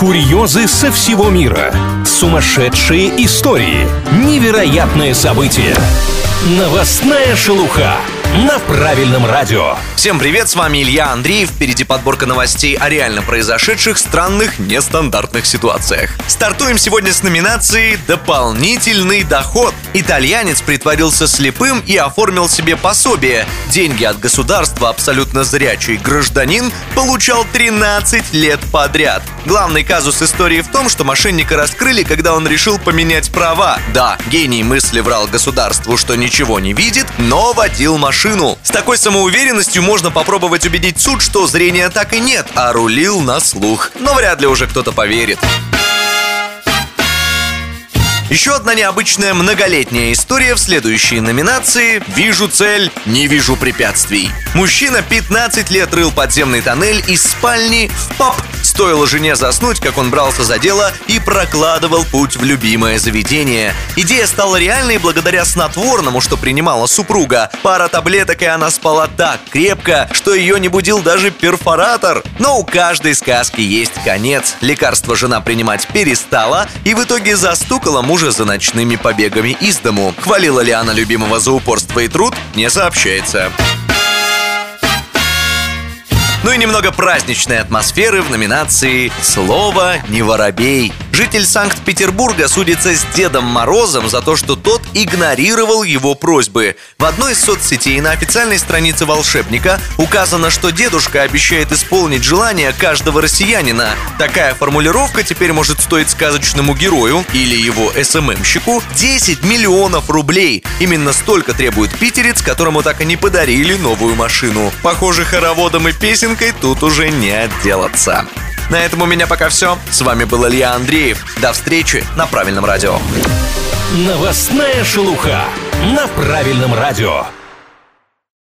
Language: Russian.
Курьезы со всего мира. Сумасшедшие истории. Невероятные события. Новостная шелуха на правильном радио. Всем привет, с вами Илья Андреев. Впереди подборка новостей о реально произошедших странных, нестандартных ситуациях. Стартуем сегодня с номинации «Дополнительный доход». Итальянец притворился слепым и оформил себе пособие. Деньги от государства абсолютно зрячий гражданин получал 13 лет подряд. Главный казус истории в том, что мошенника раскрыли, когда он решил поменять права. Да, гений мысли врал государству, что ничего не видит, но водил машину. С такой самоуверенностью можно попробовать убедить суд, что зрения так и нет, а рулил на слух. Но вряд ли уже кто-то поверит. Еще одна необычная многолетняя история в следующей номинации «Вижу цель, не вижу препятствий». Мужчина 15 лет рыл подземный тоннель из спальни в паб. Стоило жене заснуть, как он брался за дело и прокладывал путь в любимое заведение. Идея стала реальной благодаря снотворному, что принимала супруга. Пара таблеток, и она спала так крепко, что ее не будил даже перфоратор. Но у каждой сказки есть конец. Лекарство жена принимать перестала и в итоге застукала мужа за ночными побегами из дому. Хвалила ли она любимого за упорство и труд, не сообщается. Ну и немного праздничной атмосферы в номинации «Слово не воробей». Житель Санкт-Петербурга судится с Дедом Морозом за то, что тот игнорировал его просьбы. В одной из соцсетей на официальной странице волшебника указано, что дедушка обещает исполнить желания каждого россиянина. Такая формулировка теперь может стоить сказочному герою или его СММщику 10 миллионов рублей. Именно столько требует питерец, которому так и не подарили новую машину. Похоже, хороводом и песенкой тут уже не отделаться. На этом у меня пока все. С вами был Илья Андреев. До встречи на правильном радио. Новостная шелуха на правильном радио.